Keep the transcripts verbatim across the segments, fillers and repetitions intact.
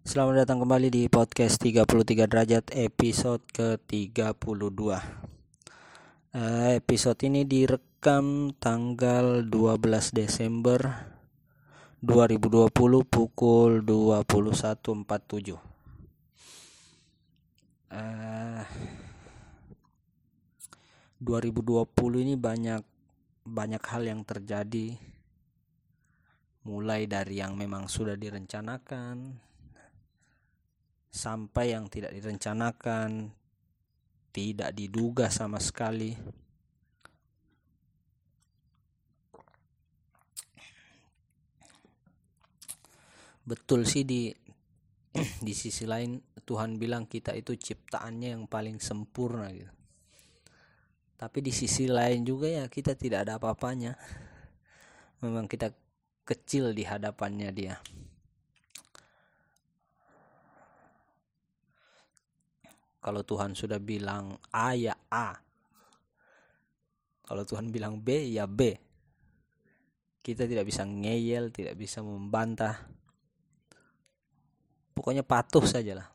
Selamat datang kembali di podcast tiga puluh tiga derajat episode ke tiga puluh dua. uh, Episode ini direkam tanggal dua belas Desember dua ribu dua puluh pukul dua puluh satu empat puluh tujuh. uh, dua ribu dua puluh ini banyak banyak hal yang terjadi, mulai dari yang memang sudah direncanakan sampai yang tidak direncanakan, tidak diduga sama sekali. Betul sih, di di sisi lain Tuhan bilang kita itu ciptaannya yang paling sempurna gitu. Tapi di sisi lain juga ya kita tidak ada apa-apanya. Memang kita kecil di hadapannya Dia. Kalau Tuhan sudah bilang A ya A. Kalau Tuhan bilang B ya B. Kita tidak bisa ngeyel, tidak bisa membantah. Pokoknya patuh sajalah.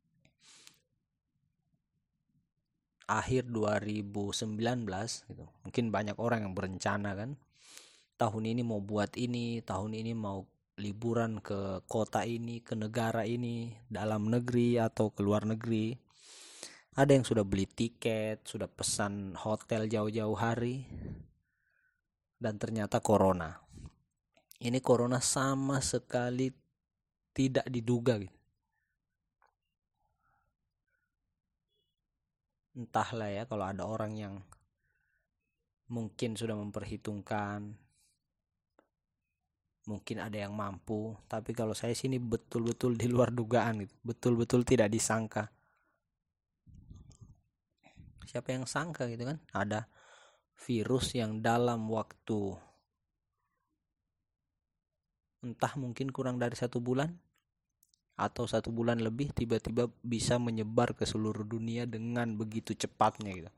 Akhir dua ribu sembilan belas gitu. Mungkin banyak orang yang berencana kan, tahun ini mau buat ini, tahun ini mau liburan ke kota ini, ke negara ini, dalam negeri atau ke luar negeri. Ada yang sudah beli tiket, sudah pesan hotel jauh-jauh hari. Dan ternyata corona. Ini corona sama sekali tidak diduga gitu. Entahlah ya, kalau ada orang yang mungkin sudah memperhitungkan, mungkin ada yang mampu, tapi kalau saya sini betul-betul di luar dugaan gitu. Betul-betul tidak disangka. Siapa yang sangka gitu kan, ada virus yang dalam waktu entah mungkin kurang dari satu bulan atau satu bulan lebih tiba-tiba bisa menyebar ke seluruh dunia dengan begitu cepatnya gitu.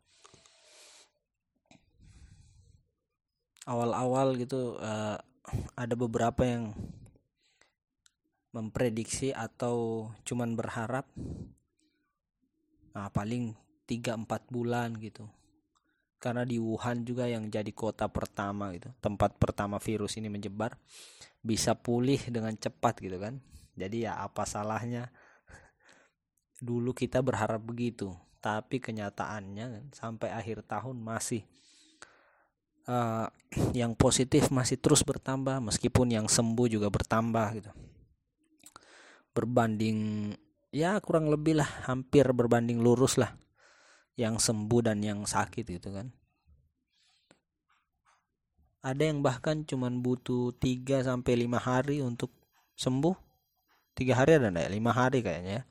Awal-awal gitu uh, ada beberapa yang memprediksi atau cuman berharap nah paling tiga empat bulan gitu. Karena di Wuhan juga yang jadi kota pertama gitu, tempat pertama virus ini menyebar, bisa pulih dengan cepat gitu kan. Jadi ya apa salahnya dulu kita berharap begitu, tapi kenyataannya kan, sampai akhir tahun masih uh, yang positif masih terus bertambah, meskipun yang sembuh juga bertambah gitu. Berbanding ya kurang lebih lah, hampir berbanding lurus lah yang sembuh dan yang sakit gitu kan. Ada yang bahkan cuman butuh tiga sampai lima hari untuk sembuh. tiga hari ada enggak? lima hari kayaknya ya.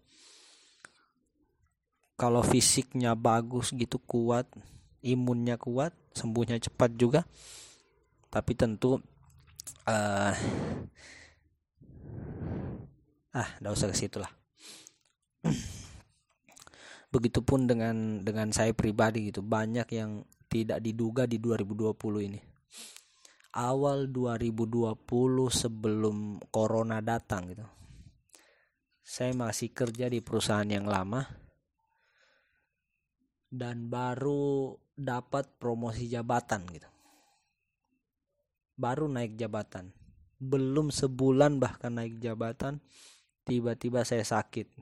Kalau fisiknya bagus gitu, kuat, imunnya kuat, sembuhnya cepat juga. Tapi tentu uh, ah, enggak usah ke situ lah. Begitupun dengan dengan saya pribadi gitu, banyak yang tidak diduga di dua ribu dua puluh ini. Awal dua ribu dua puluh sebelum corona datang gitu, saya masih kerja di perusahaan yang lama dan baru dapat promosi jabatan gitu. Baru naik jabatan, belum sebulan bahkan naik jabatan, tiba-tiba saya sakit.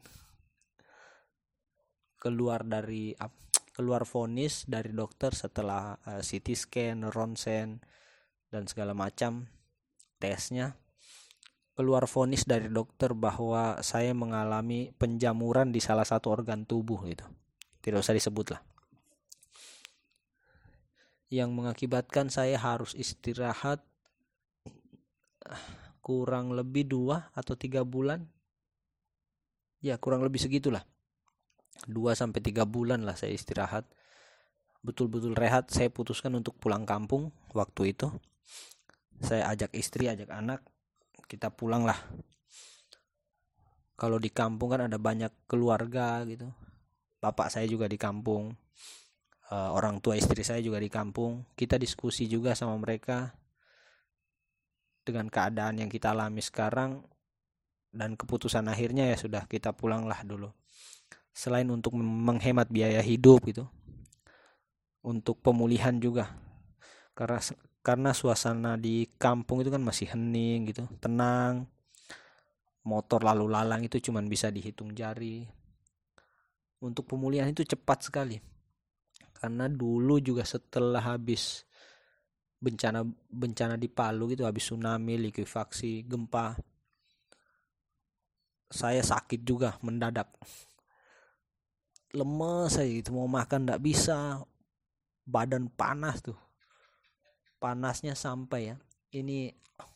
Keluar dari keluar vonis dari dokter setelah uh, C T scan, ronsen dan segala macam tesnya. Keluar vonis dari dokter bahwa saya mengalami penjamuran di salah satu organ tubuh gitu. Tidak usah disebut lah. Yang mengakibatkan saya harus istirahat kurang lebih dua atau tiga bulan. Ya kurang lebih segitulah. dua sampai tiga bulan lah saya istirahat. Betul-betul rehat. Saya putuskan untuk pulang kampung waktu itu. Saya ajak istri, ajak anak, kita pulang lah. Kalau di kampung kan ada banyak keluarga gitu. Bapak saya juga di kampung, uh, orang tua istri saya juga di kampung. Kita diskusi juga sama mereka. Dengan keadaan yang kita alami sekarang, dan keputusan akhirnya ya sudah, kita pulanglah dulu. Selain untuk menghemat biaya hidup gitu, untuk pemulihan juga, karena karena suasana di kampung itu kan masih hening gitu, tenang, motor lalu lalang itu cuman bisa dihitung jari. Untuk pemulihan itu cepat sekali, karena dulu juga setelah habis bencana bencana di Palu gitu, habis tsunami, likuifaksi, gempa, saya sakit juga mendadak, lemes saya gitu, mau makan nggak bisa, badan panas tuh, panasnya sampai ya, ini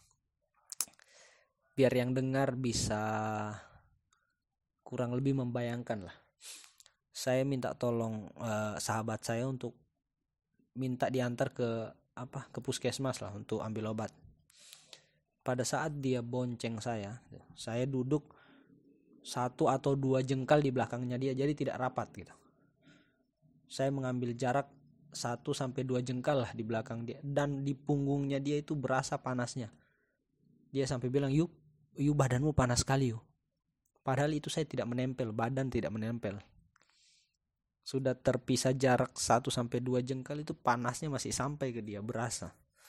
biar yang dengar bisa kurang lebih membayangkan lah. Saya minta tolong eh, sahabat saya untuk minta diantar ke apa ke puskesmas lah untuk ambil obat. Pada saat dia bonceng saya, saya duduk satu atau dua jengkal di belakangnya dia, jadi tidak rapat gitu. Saya mengambil jarak satu sampai dua jengkal lah di belakang dia, dan di punggungnya dia itu berasa panasnya. Dia sampai bilang, yuk, yuk badanmu panas sekali yuk. Padahal itu saya tidak menempel, badan tidak menempel. Sudah terpisah jarak satu sampai dua jengkal, itu panasnya masih sampai ke dia, berasa.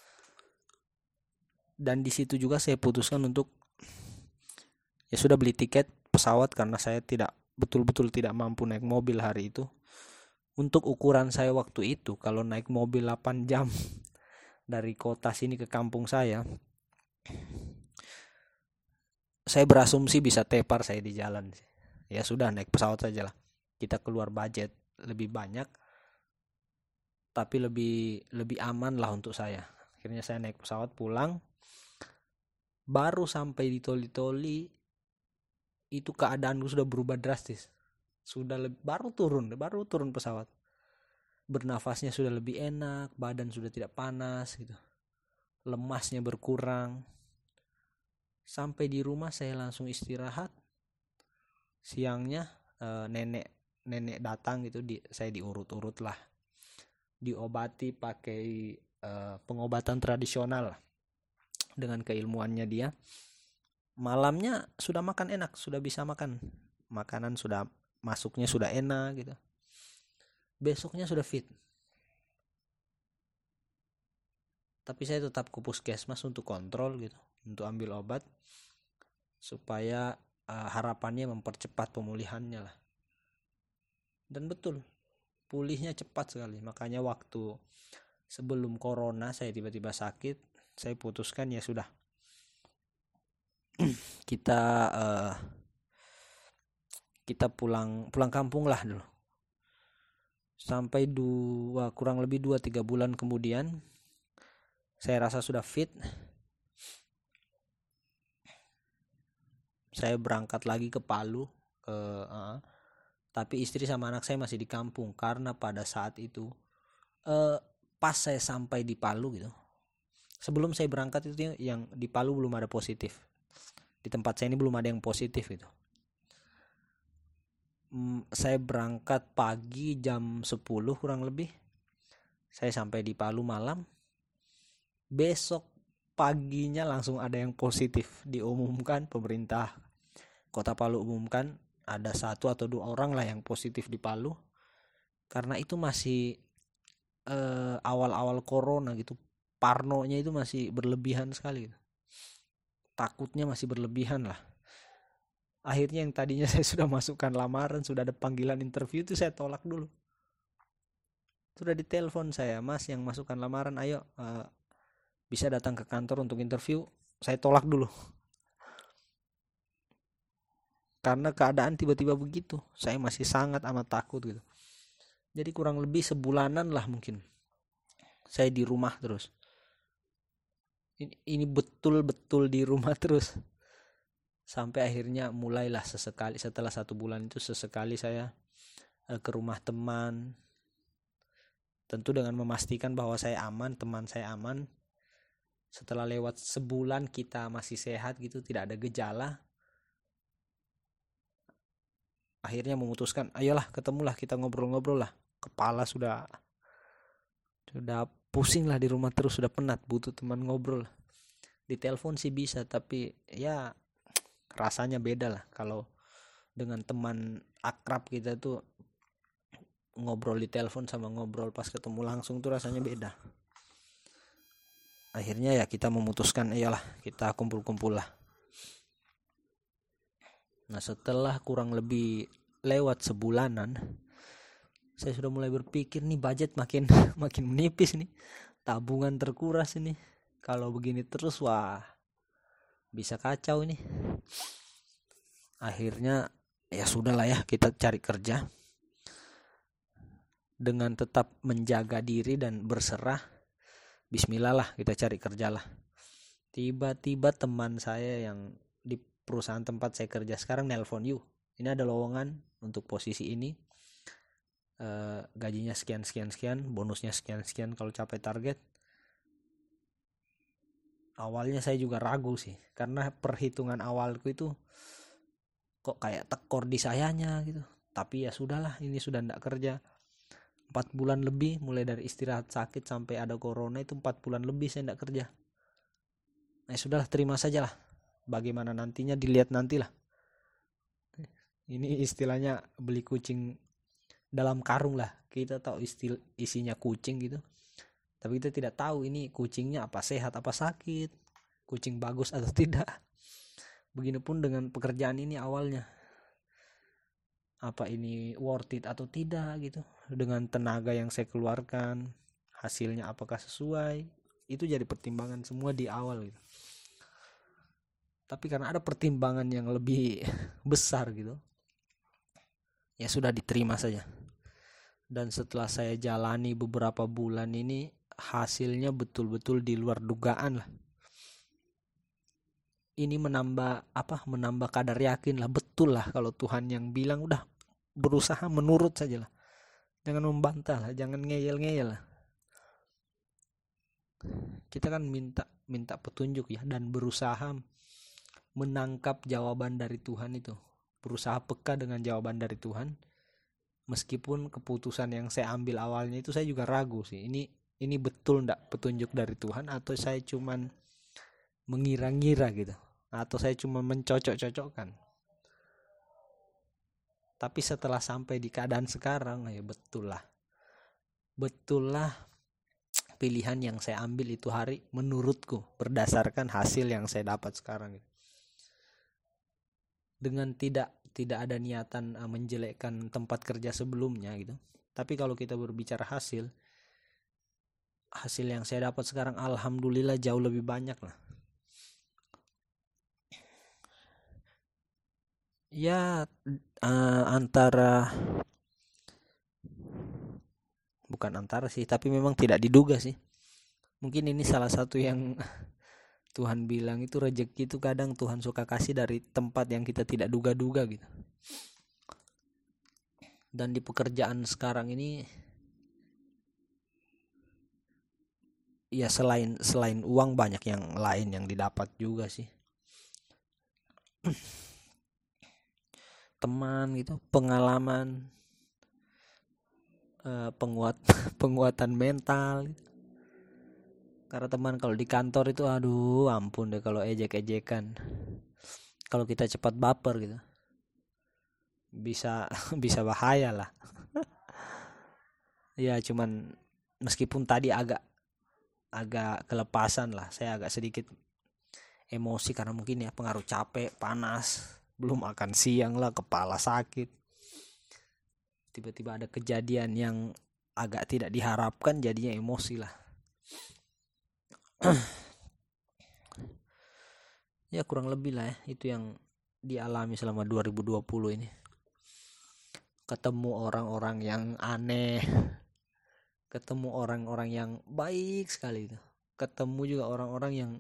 Dan di situ juga saya putuskan untuk ya sudah beli tiket pesawat, karena saya tidak betul-betul tidak mampu naik mobil hari itu. Untuk ukuran saya waktu itu, kalau naik mobil delapan jam dari kota sini ke kampung saya, saya berasumsi bisa tepar saya di jalan. Ya sudah, naik pesawat saja lah. Kita keluar budget lebih banyak, tapi lebih lebih aman lah untuk saya. Akhirnya saya naik pesawat pulang. Baru sampai di Toli-Toli, itu keadaanku sudah berubah drastis. Sudah lebih, baru turun, baru turun pesawat. Bernafasnya sudah lebih enak, badan sudah tidak panas gitu. Lemasnya berkurang. Sampai di rumah saya langsung istirahat. Siangnya eh, nenek nenek datang gitu, di, saya diurut-urut lah. Diobati pakai eh, pengobatan tradisional lah, dengan keilmuannya dia. Malamnya sudah makan enak, sudah bisa makan. Makanan sudah masuknya sudah enak gitu. Besoknya sudah fit. Tapi saya tetap ke puskesmas untuk kontrol gitu, untuk ambil obat, supaya uh, harapannya mempercepat pemulihannya lah. Dan betul, pulihnya cepat sekali. Makanya waktu sebelum corona saya tiba-tiba sakit, saya putuskan ya sudah, kita uh, kita pulang pulang kampung lah dulu. Sampai dua kurang lebih dua tiga bulan kemudian, saya rasa sudah fit. Saya berangkat lagi ke Palu, ke, uh, tapi istri sama anak saya masih di kampung, karena pada saat itu uh, pas saya sampai di Palu gitu. Sebelum saya berangkat itu yang di Palu belum ada positif. Di tempat saya ini belum ada yang positif gitu. Hmm, saya berangkat pagi jam sepuluh kurang lebih. Saya sampai di Palu malam. Besok paginya langsung ada yang positif, diumumkan pemerintah Kota Palu umumkan ada satu atau dua orang lah yang positif di Palu. Karena itu masih eh, awal-awal corona gitu. Parnonya itu masih berlebihan sekali gitu. Takutnya masih berlebihan lah. Akhirnya yang tadinya saya sudah masukkan lamaran, sudah ada panggilan interview, itu saya tolak dulu. Sudah ditelepon saya, mas yang masukkan lamaran, ayo uh, bisa datang ke kantor untuk interview. Saya tolak dulu. Karena keadaan tiba-tiba begitu, saya masih sangat amat takut gitu. Jadi kurang lebih sebulanan lah mungkin saya di rumah terus. Ini, ini betul-betul di rumah terus. Sampai akhirnya mulailah sesekali, setelah satu bulan itu sesekali saya eh, ke rumah teman. Tentu dengan memastikan bahwa saya aman, teman saya aman. Setelah lewat sebulan kita masih sehat gitu, tidak ada gejala. Akhirnya memutuskan, ayolah ketemulah, kita ngobrol-ngobrol lah. Kepala sudah sudah pusing lah di rumah terus, sudah penat, butuh teman ngobrol. Di telepon sih bisa, tapi ya rasanya beda lah. Kalau dengan teman akrab kita tuh ngobrol di telepon sama ngobrol pas ketemu langsung tuh rasanya beda. Akhirnya ya kita memutuskan, iyalah kita kumpul-kumpul lah. Nah setelah kurang lebih lewat sebulanan, saya sudah mulai berpikir nih budget makin makin menipis nih, tabungan terkuras ini. Kalau begini terus wah bisa kacau ini. Akhirnya ya sudahlah ya, kita cari kerja dengan tetap menjaga diri dan berserah. Bismillah lah, kita cari kerja lah. Tiba-tiba teman saya yang di perusahaan tempat saya kerja sekarang nelpon, yuk ini ada lowongan untuk posisi ini, e, gajinya sekian sekian sekian, bonusnya sekian sekian kalau capai target. Awalnya saya juga ragu sih, karena perhitungan awalku itu kok kayak tekor di sayanya gitu. Tapi ya sudahlah, ini sudah ndak kerja empat bulan lebih, mulai dari istirahat sakit sampai ada corona itu empat bulan lebih saya ndak kerja. Nah sudahlah, terima saja lah, bagaimana nantinya dilihat nantilah. Ini istilahnya beli kucing dalam karung lah. Kita tahu istil isinya kucing gitu, tapi kita tidak tahu ini kucingnya apa sehat apa sakit, kucing bagus atau tidak. Begitupun dengan pekerjaan ini awalnya, apa ini worth it atau tidak gitu, dengan tenaga yang saya keluarkan, hasilnya apakah sesuai, itu jadi pertimbangan semua di awal gitu. Tapi karena ada pertimbangan yang lebih besar gitu, ya sudah diterima saja. Dan setelah saya jalani beberapa bulan ini, hasilnya betul-betul di luar dugaan lah. Ini menambah apa? Menambah kadar yakin lah, betul lah kalau Tuhan yang bilang, udah berusaha menurut saja lah. Jangan membantah lah, jangan ngeyel-ngeyel lah. Kita kan minta minta petunjuk ya, dan berusaha menangkap jawaban dari Tuhan itu. Berusaha peka dengan jawaban dari Tuhan. Meskipun keputusan yang saya ambil awalnya itu saya juga ragu sih. Ini ini betul enggak petunjuk dari Tuhan, atau saya cuman mengira-ngira gitu, atau saya cuma mencocok-cocokkan. Tapi setelah sampai di keadaan sekarang, ya betul lah. Betul lah pilihan yang saya ambil itu hari menurutku berdasarkan hasil yang saya dapat sekarang gitu. Dengan tidak tidak ada niatan uh, menjelekkan tempat kerja sebelumnya gitu. Tapi kalau kita berbicara hasil, hasil yang saya dapat sekarang alhamdulillah jauh lebih banyak lah. Ya uh, antara bukan antara sih, tapi memang tidak diduga sih. Mungkin ini salah satu yang Tuhan bilang itu rezeki itu kadang Tuhan suka kasih dari tempat yang kita tidak duga-duga gitu. Dan di pekerjaan sekarang ini ya selain selain uang banyak yang lain yang didapat juga sih. Teman gitu, pengalaman, uh, penguat penguatan mental gitu. Karena teman kalau di kantor itu aduh ampun deh kalau ejek-ejekan. Kalau kita cepat baper gitu, bisa bisa bahaya lah. Ya cuman meskipun tadi agak agak kelepasan lah, saya agak sedikit emosi karena mungkin ya pengaruh capek, panas, belum makan siang lah, kepala sakit. Tiba-tiba ada kejadian yang agak tidak diharapkan, jadinya emosi lah. Ya kurang lebih lah ya, itu yang dialami selama dua ribu dua puluh ini. Ketemu orang-orang yang aneh, ketemu orang-orang yang baik sekali itu, ketemu juga orang-orang yang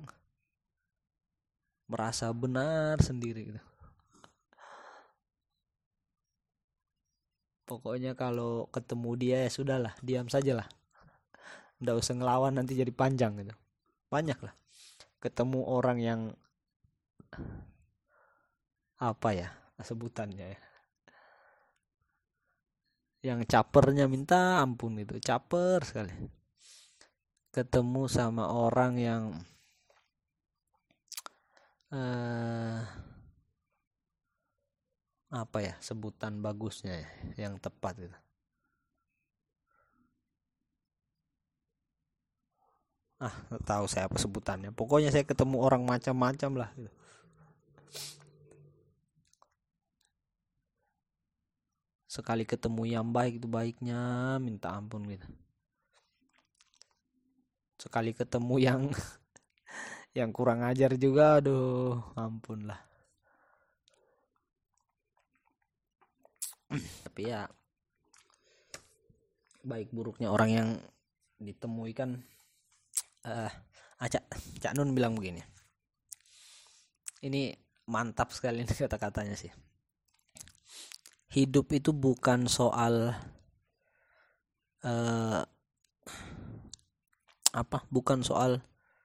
merasa benar sendiri gitu. Pokoknya kalau ketemu dia ya sudahlah, diam sajalah, nggak usah ngelawan nanti jadi panjang gitu. Banyak lah ketemu orang yang apa ya sebutannya ya, yang capernya minta ampun gitu, caper sekali. Ketemu sama orang yang uh, apa ya sebutan bagusnya ya, yang tepat gitu. Ah, nggak tahu saya apa sebutannya. Pokoknya saya ketemu orang macam-macam lah gitu. Sekali ketemu yang baik itu baiknya minta ampun gitu. Sekali ketemu yang yang kurang ajar juga, aduh, ampun lah. Tapi ya baik buruknya orang yang ditemui kan. Uh, Cak Cak Nun bilang begini. Ini mantap sekali nih kata-katanya sih. Hidup itu bukan soal uh, apa? Bukan soal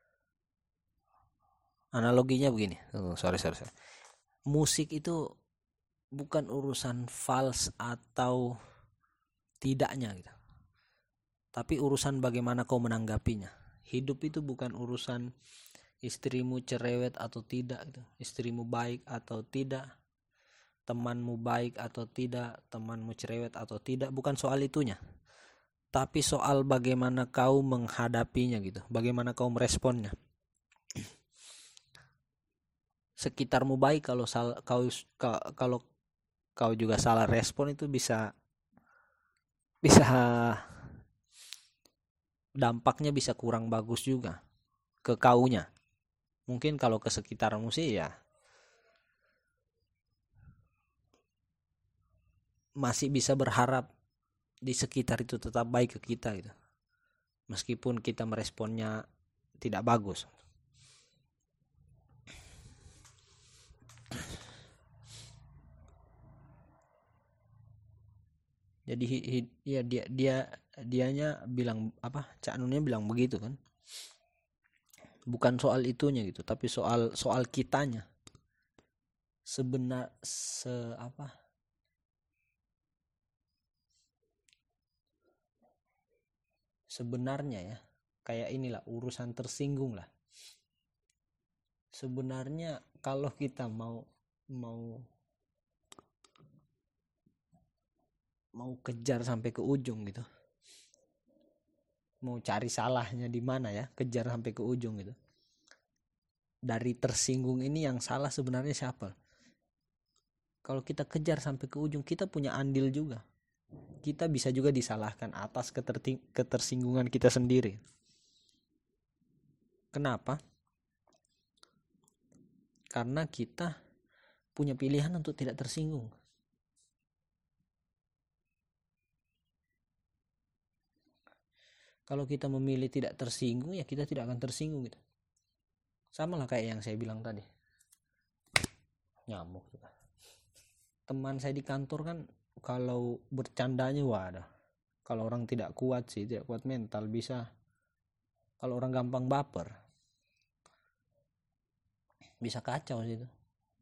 analoginya begini. Oh, sorry sorry sorry. Musik itu bukan urusan fals atau tidaknya gitu. Tapi urusan bagaimana kau menanggapinya. Hidup itu bukan urusan istrimu cerewet atau tidak gitu. Istrimu baik atau tidak, temanmu baik atau tidak, temanmu cerewet atau tidak, bukan soal itunya. Tapi soal bagaimana kau menghadapinya gitu, bagaimana kau meresponnya. Sekitarmu baik kalau sal, kau kalau kau juga salah respon itu bisa bisa dampaknya bisa kurang bagus juga ke kaunya. Mungkin kalau ke sekitarmu sih ya masih bisa berharap di sekitar itu tetap baik ke kita gitu. Meskipun kita meresponnya tidak bagus. Jadi ya dia dia dianya bilang apa? Cak Nunnya bilang begitu kan. Bukan soal itunya gitu, tapi soal soal kitanya. Sebenar se apa? Sebenarnya ya, kayak inilah urusan tersinggung lah. Sebenarnya kalau kita mau mau mau kejar sampai ke ujung gitu, mau cari salahnya di mana ya, kejar sampai ke ujung gitu. Dari tersinggung ini yang salah sebenarnya siapa? Kalau kita kejar sampai ke ujung, kita punya andil juga. Kita bisa juga disalahkan atas ketersinggungan kita sendiri. Kenapa? Karena kita punya pilihan untuk tidak tersinggung. Kalau kita memilih tidak tersinggung, ya kita tidak akan tersinggung gitu. Sama lah kayak yang saya bilang tadi. Nyamuk juga. Teman saya di kantor kan kalau bercandanya wadah. Kalau orang tidak kuat sih, tidak kuat mental bisa. Kalau orang gampang baper, bisa kacau sih itu.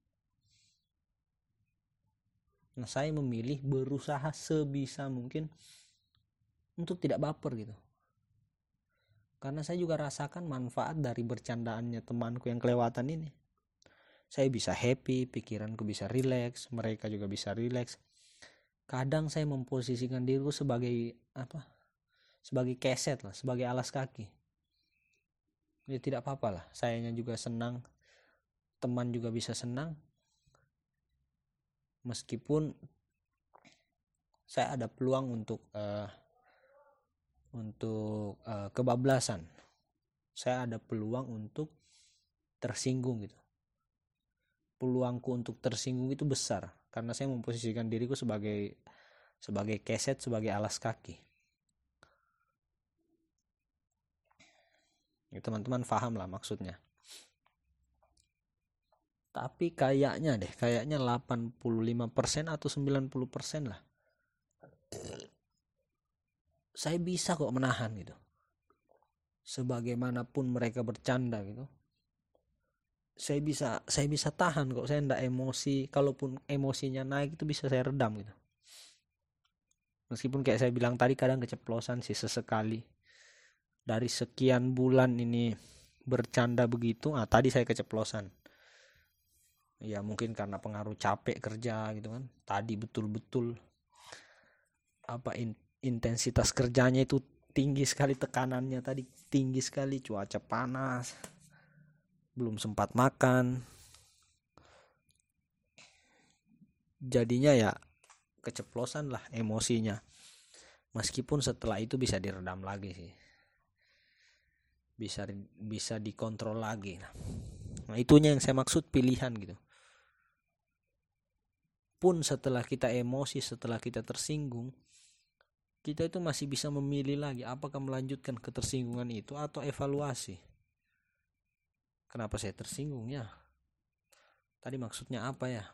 Nah, saya memilih berusaha sebisa mungkin untuk tidak baper gitu. Karena saya juga rasakan manfaat dari bercandaannya temanku yang kelewatan ini. Saya bisa happy, pikiranku bisa rileks, mereka juga bisa rileks. Kadang saya memposisikan diriku sebagai apa? Sebagai keset lah, sebagai alas kaki. Ya tidak apa-apa lah, sayanya juga senang, teman juga bisa senang. Meskipun saya ada peluang untuk uh, untuk uh, kebablasan, saya ada peluang untuk tersinggung gitu. Peluangku untuk tersinggung itu besar karena saya memposisikan diriku sebagai sebagai keset, sebagai alas kaki. Ya, teman-teman paham lah maksudnya. Tapi kayaknya deh, kayaknya delapan puluh lima persen atau sembilan puluh persen lah. Saya bisa kok menahan gitu. Sebagaimanapun mereka bercanda gitu. Saya bisa saya bisa tahan kok, saya enggak emosi. Kalaupun emosinya naik itu bisa saya redam gitu. Meskipun kayak saya bilang tadi kadang keceplosan sih sesekali. Dari sekian bulan ini bercanda begitu, ah tadi saya keceplosan. Ya mungkin karena pengaruh capek kerja gitu kan. Tadi betul-betul apa in, intensitas kerjanya itu tinggi sekali, tekanannya tadi tinggi sekali, cuaca panas, belum sempat makan. Jadinya ya keceplosan lah emosinya. Meskipun setelah itu bisa diredam lagi sih. Bisa bisa dikontrol lagi. Nah, itunya yang saya maksud pilihan gitu. Pun setelah kita emosi, setelah kita tersinggung, kita itu masih bisa memilih lagi apakah melanjutkan ketersinggungan itu atau evaluasi. Kenapa saya tersinggung ya? Tadi maksudnya apa ya?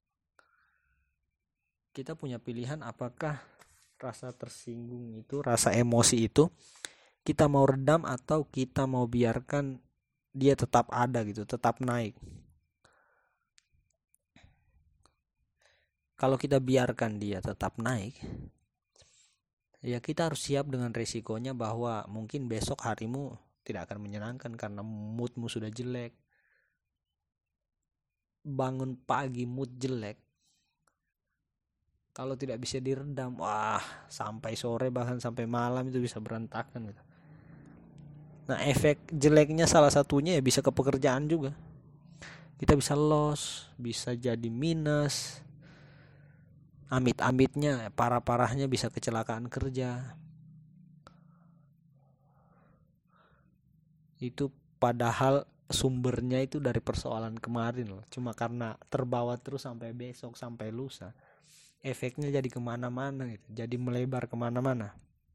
Kita punya pilihan apakah rasa tersinggung itu, rasa emosi itu kita mau redam atau kita mau biarkan dia tetap ada gitu, tetap naik. Kalau kita biarkan dia tetap naik, ya kita harus siap dengan resikonya bahwa mungkin besok harimu tidak akan menyenangkan karena moodmu sudah jelek. Bangun pagi mood jelek, kalau tidak bisa diredam, wah sampai sore bahkan sampai malam itu bisa berantakan gitu. Nah efek jeleknya salah satunya ya bisa ke pekerjaan juga. Kita bisa loss, bisa jadi minus. Amit-amitnya, parah-parahnya bisa kecelakaan kerja. Itu padahal sumbernya itu dari persoalan kemarin loh. Cuma karena terbawa terus sampai besok, sampai lusa. Efeknya jadi kemana-mana gitu. Jadi melebar kemana-mana.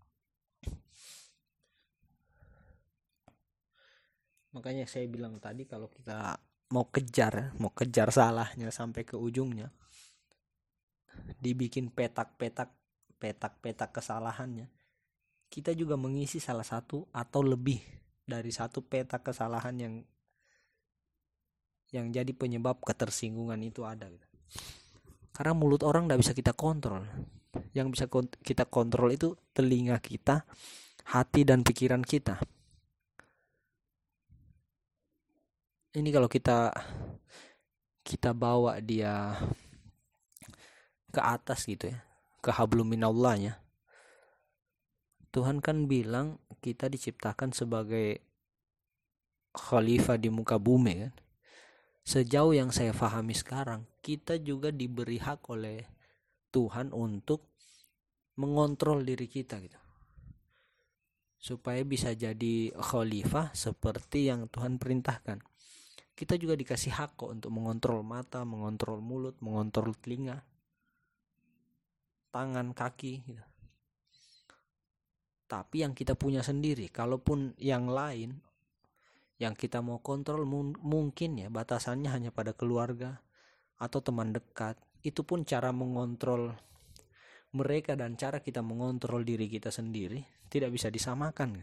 Makanya saya bilang tadi kalau kita mau kejar, mau kejar salahnya sampai ke ujungnya, dibikin petak-petak, petak-petak kesalahannya. Kita juga mengisi salah satu atau lebih dari satu petak kesalahan yang yang jadi penyebab ketersinggungan itu ada gitu. Karena mulut orang tidak bisa kita kontrol. Yang bisa kita kontrol itu telinga kita, hati dan pikiran kita. Ini kalau kita kita bawa dia ke atas gitu ya, ke hablum minallahnya. Tuhan kan bilang kita diciptakan sebagai khalifah di muka bumi kan. Sejauh yang saya pahami sekarang, kita juga diberi hak oleh Tuhan untuk mengontrol diri kita gitu. Supaya bisa jadi khalifah seperti yang Tuhan perintahkan. Kita juga dikasih hak kok untuk mengontrol mata, mengontrol mulut, mengontrol telinga, tangan, kaki gitu. Tapi yang kita punya sendiri, kalaupun yang lain yang kita mau kontrol mungkin ya batasannya hanya pada keluarga atau teman dekat. Itu pun cara mengontrol mereka dan cara kita mengontrol diri kita sendiri tidak bisa disamakan.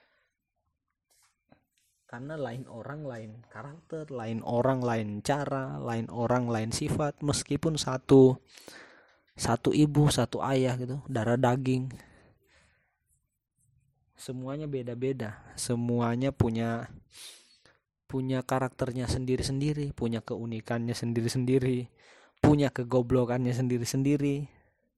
Karena lain orang, lain karakter, lain orang, lain cara, lain orang, lain sifat. Meskipun satu satu ibu, satu ayah gitu, darah daging. Semuanya beda-beda. Semuanya punya punya karakternya sendiri-sendiri, punya keunikannya sendiri-sendiri, punya kegoblokannya sendiri-sendiri.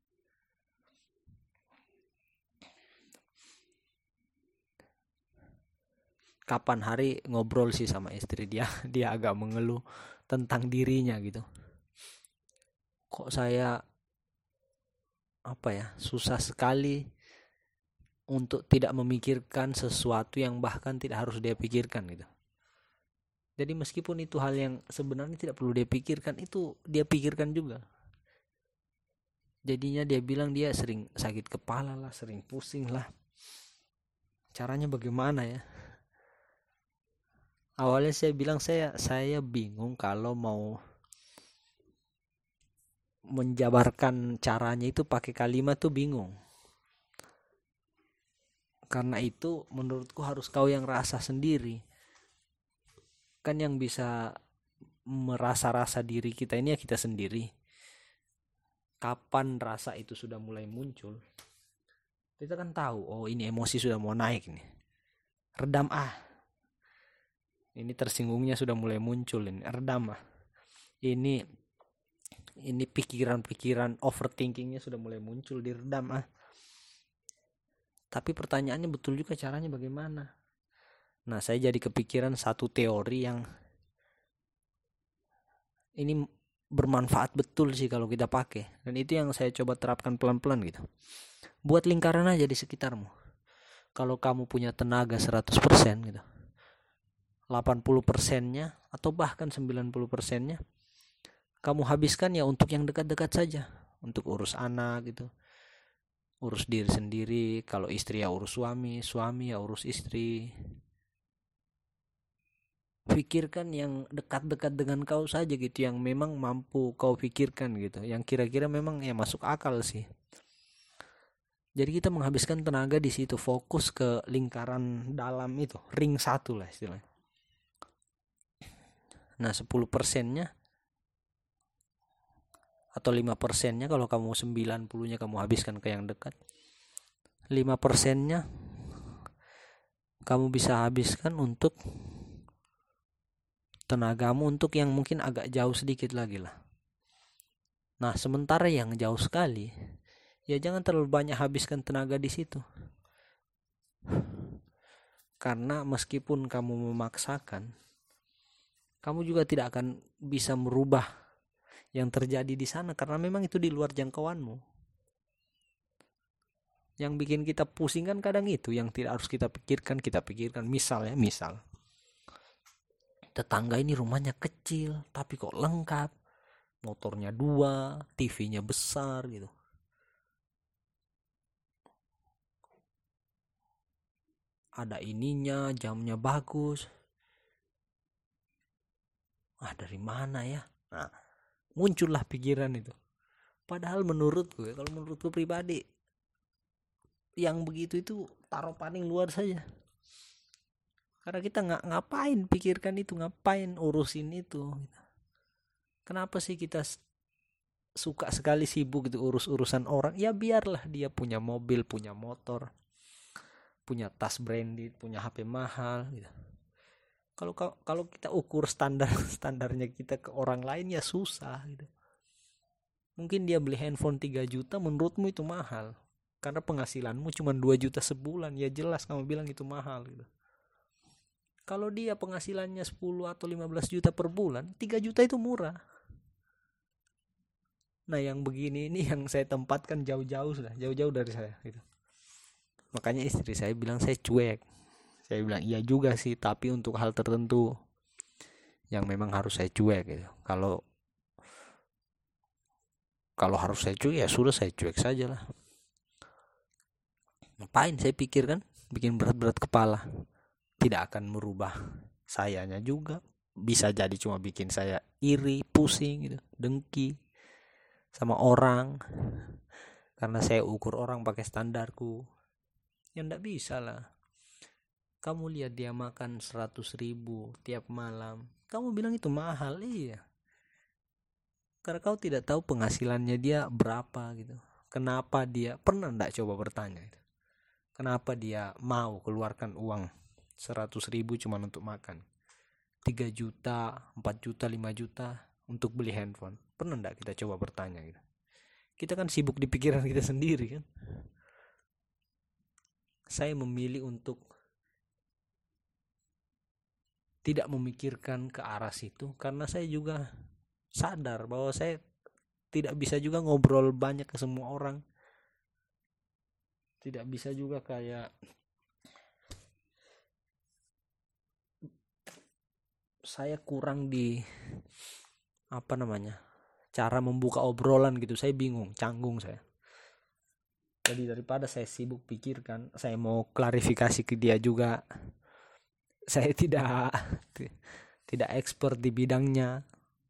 Kapan hari ngobrol sih sama istri dia, dia agak mengeluh tentang dirinya gitu. Kok saya apa ya, susah sekali untuk tidak memikirkan sesuatu yang bahkan tidak harus dia pikirkan gitu. Jadi meskipun itu hal yang sebenarnya tidak perlu dia pikirkan, itu dia pikirkan juga. Jadinya dia bilang dia sering sakit kepala lah, sering pusing lah. Caranya bagaimana ya? Awalnya saya bilang saya saya bingung kalau mau menjabarkan caranya itu pakai kalimat tuh bingung. Karena itu menurutku harus kau yang rasa sendiri. Kan yang bisa merasa-rasa diri kita ini ya kita sendiri. Kapan rasa itu sudah mulai muncul, kita kan tahu, oh ini emosi sudah mau naik nih, redam ah, ini tersinggungnya sudah mulai muncul ini, redam ah. ini ini pikiran-pikiran overthinkingnya sudah mulai muncul, diredam ah. Tapi pertanyaannya betul juga, caranya bagaimana? Nah, saya jadi kepikiran satu teori yang ini bermanfaat betul sih kalau kita pakai, dan itu yang saya coba terapkan pelan-pelan gitu. Buat lingkaran aja di sekitarmu. Kalau kamu punya tenaga seratus persen gitu, delapan puluh persennya atau bahkan sembilan puluh persennya kamu habiskan ya untuk yang dekat-dekat saja, untuk urus anak gitu, urus diri sendiri. Kalau istri ya urus suami, suami ya urus istri. Pikirkan yang dekat-dekat dengan kau saja gitu, yang memang mampu kau pikirkan gitu, yang kira-kira memang ya masuk akal sih. Jadi kita menghabiskan tenaga di situ, fokus ke lingkaran dalam itu, ring satu lah istilahnya. Nah, sepuluh persennya atau lima persennya, kalau kamu sembilan puluhnya kamu habiskan ke yang dekat, lima persennya kamu bisa habiskan untuk tenagamu untuk yang mungkin agak jauh sedikit lagi lah. Nah, sementara yang jauh sekali, ya jangan terlalu banyak habiskan tenaga di situ. Karena meskipun kamu memaksakan, kamu juga tidak akan bisa merubah yang terjadi di sana, karena memang itu di luar jangkauanmu. Yang bikin kita pusing kan kadang itu, yang tidak harus kita pikirkan, kita pikirkan. Misal ya, misal tetangga ini rumahnya kecil tapi kok lengkap, motornya dua, T V-nya besar gitu. Ada ininya, jamnya bagus. Ah, dari mana ya? Nah, muncullah pikiran itu. Padahal menurutku, ya, kalau menurutku pribadi, yang begitu itu taruh paling luar saja. Karena kita nggak ngapain pikirkan itu, ngapain urusin itu. Kenapa sih kita suka sekali sibuk gitu urus-urusan orang? Ya biarlah dia punya mobil, punya motor, punya tas branded, punya H P mahal gitu. Kalau kalau kita ukur standar standarnya kita ke orang lain ya susah gitu. Mungkin dia beli handphone tiga juta, menurutmu itu mahal. Karena penghasilanmu cuma dua juta sebulan, ya jelas kamu bilang itu mahal gitu. Kalau dia penghasilannya sepuluh atau lima belas juta per bulan, tiga juta itu murah. Nah, yang begini ini yang saya tempatkan jauh-jauh sudah, jauh-jauh dari saya gitu. Makanya istri saya bilang saya cuek. Saya bilang iya juga sih, tapi untuk hal tertentu yang memang harus saya cuek gitu. Kalau kalau harus saya cuek ya sudah, saya cuek saja lah. Ngapain saya pikir kan, bikin berat-berat kepala. Tidak akan merubah sayanya juga. Bisa jadi cuma bikin saya iri, pusing gitu, dengki sama orang. Karena saya ukur orang pakai standarku. Ya enggak bisa lah. Kamu lihat dia makan seratus ribu tiap malam, kamu bilang itu mahal. Iya, karena kau tidak tahu penghasilannya dia berapa gitu. Kenapa dia, pernah enggak coba bertanya itu, kenapa dia mau keluarkan uang seratus ribu cuma untuk makan, tiga juta, empat juta, lima juta untuk beli handphone? Pernah enggak kita coba bertanya gitu? Kita kan sibuk di pikiran kita sendiri kan. Saya memilih untuk tidak memikirkan ke arah situ, karena saya juga sadar bahwa saya tidak bisa juga ngobrol banyak ke semua orang. Tidak bisa juga kayak saya kurang di apa namanya, cara membuka obrolan gitu. Saya bingung, canggung saya. Jadi daripada saya sibuk pikirkan, saya mau klarifikasi ke dia juga. Saya tidak tidak expert di bidangnya.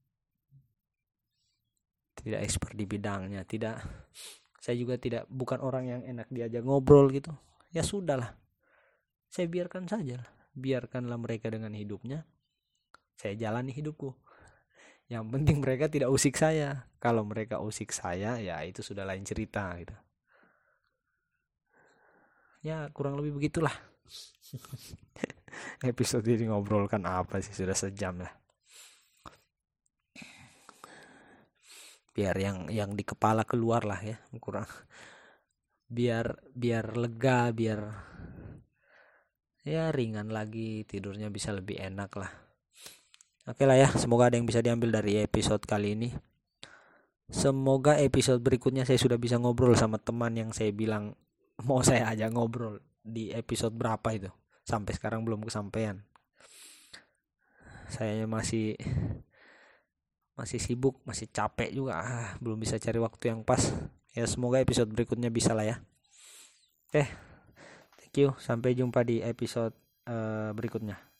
Tidak expert di bidangnya, tidak. Saya juga tidak, bukan orang yang enak diajak ngobrol gitu. Ya sudahlah. Saya biarkan saja. Biarkanlah mereka dengan hidupnya. Saya jalani hidupku. Yang penting mereka tidak usik saya. Kalau mereka usik saya, ya itu sudah lain cerita gitu. Ya kurang lebih begitulah. Episode ini ngobrolkan apa sih, sudah sejam lah. biar yang yang di kepala keluar lah ya, kurang biar biar lega, biar ya ringan lagi, tidurnya bisa lebih enak lah. Oke lah ya, semoga ada yang bisa diambil dari episode kali ini. Semoga episode berikutnya saya sudah bisa ngobrol sama teman yang saya bilang mau saya ajak ngobrol di episode berapa itu. Sampai sekarang belum kesampaian. Saya masih masih sibuk, masih capek juga, ah, belum bisa cari waktu yang pas. Ya semoga episode berikutnya bisa lah ya. Oke, thank you. Sampai jumpa di episode uh, berikutnya.